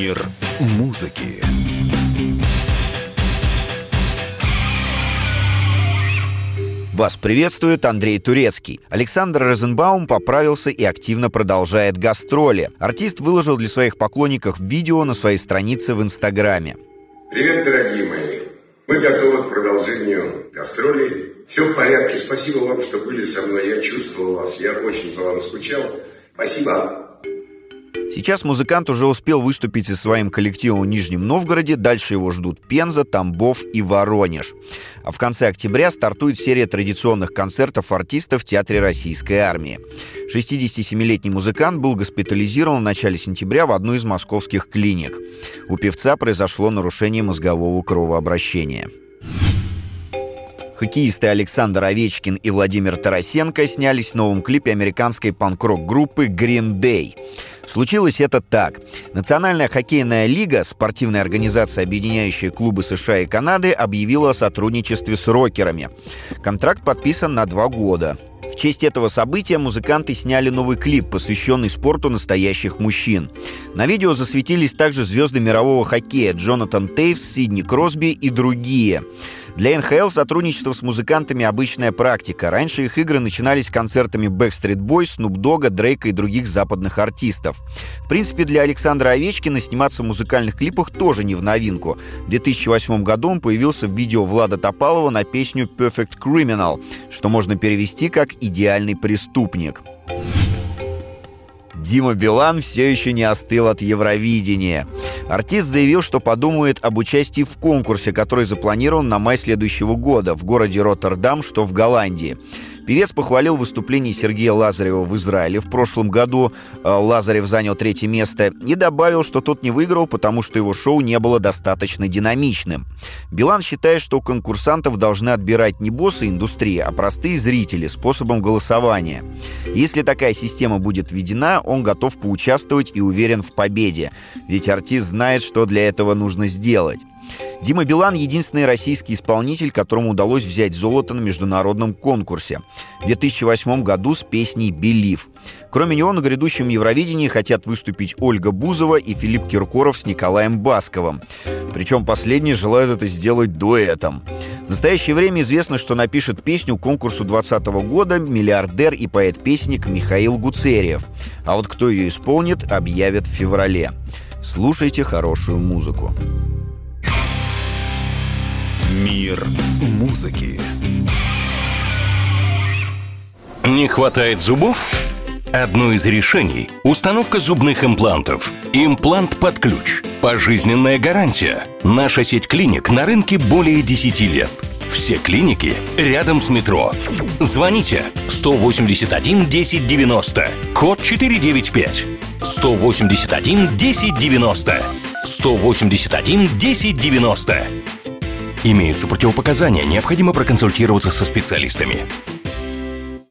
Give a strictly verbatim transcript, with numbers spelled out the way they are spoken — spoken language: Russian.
Мир музыки. Вас приветствует Андрей Турецкий. Александр Розенбаум поправился и активно продолжает гастроли. Артист выложил для своих поклонников видео на своей странице в Инстаграме. Привет, дорогие мои. Мы готовы к продолжению гастролей. Все в порядке. Спасибо вам, что были со мной. Я чувствовал вас. Я очень за вами скучал. Спасибо. Сейчас музыкант уже успел выступить со своим коллективом в Нижнем Новгороде. Дальше его ждут Пенза, Тамбов и Воронеж. А в конце октября стартует серия традиционных концертов артиста в Театре Российской Армии. шестидесятисемилетний музыкант был госпитализирован в начале сентября в одну из московских клиник. У певца произошло нарушение мозгового кровообращения. Хоккеисты Александр Овечкин и Владимир Тарасенко снялись в новом клипе американской панк-рок-группы Green Day. Случилось это так. Национальная хоккейная лига, спортивная организация, объединяющая клубы США и Канады, объявила о сотрудничестве с рокерами. Контракт подписан на два года. В честь этого события музыканты сняли новый клип, посвященный спорту настоящих мужчин. На видео засветились также звезды мирового хоккея Джонатан Тейвс, Сидни Кросби и другие. Для эн ха эл сотрудничество с музыкантами – обычная практика. Раньше их игры начинались концертами Backstreet Boys, Snoop Dogg, Дрейка и других западных артистов. В принципе, для Александра Овечкина сниматься в музыкальных клипах тоже не в новинку. В две тысячи восьмом году он появился в видео Влада Топалова на песню «Perfect Criminal», что можно перевести как «идеальный преступник». Дима Билан все еще не остыл от Евровидения. Артист заявил, что подумает об участии в конкурсе, который запланирован на май следующего года в городе Роттердам, что в Голландии. Певец похвалил выступление Сергея Лазарева в Израиле в прошлом году. Лазарев занял третье место и добавил, что тот не выиграл, потому что его шоу не было достаточно динамичным. Билан считает, что конкурсантов должны отбирать не боссы индустрии, а простые зрители способом голосования. Если такая система будет введена, он готов поучаствовать и уверен в победе. Ведь артист знает, что для этого нужно сделать. Дима Билан – единственный российский исполнитель, которому удалось взять золото на международном конкурсе в две тысячи восьмом году с песней «Believe». Кроме него на грядущем Евровидении хотят выступить Ольга Бузова и Филипп Киркоров с Николаем Басковым. Причем последние желают это сделать дуэтом. В настоящее время известно, что напишет песню к конкурсу двадцатого года миллиардер и поэт-песенник Михаил Гуцериев. А вот кто ее исполнит, объявят в феврале. Слушайте хорошую музыку. Мир музыки. Не хватает зубов? Одно из решений – установка зубных имплантов. Имплант под ключ. Пожизненная гарантия. Наша сеть клиник на рынке более десяти лет. Все клиники рядом с метро. Звоните сто восемьдесят один десять девяносто, код четыреста девяносто пять. сто восемьдесят один десять девяносто. сто восемьдесят один десять девяносто. Имеются противопоказания, необходимо проконсультироваться со специалистами.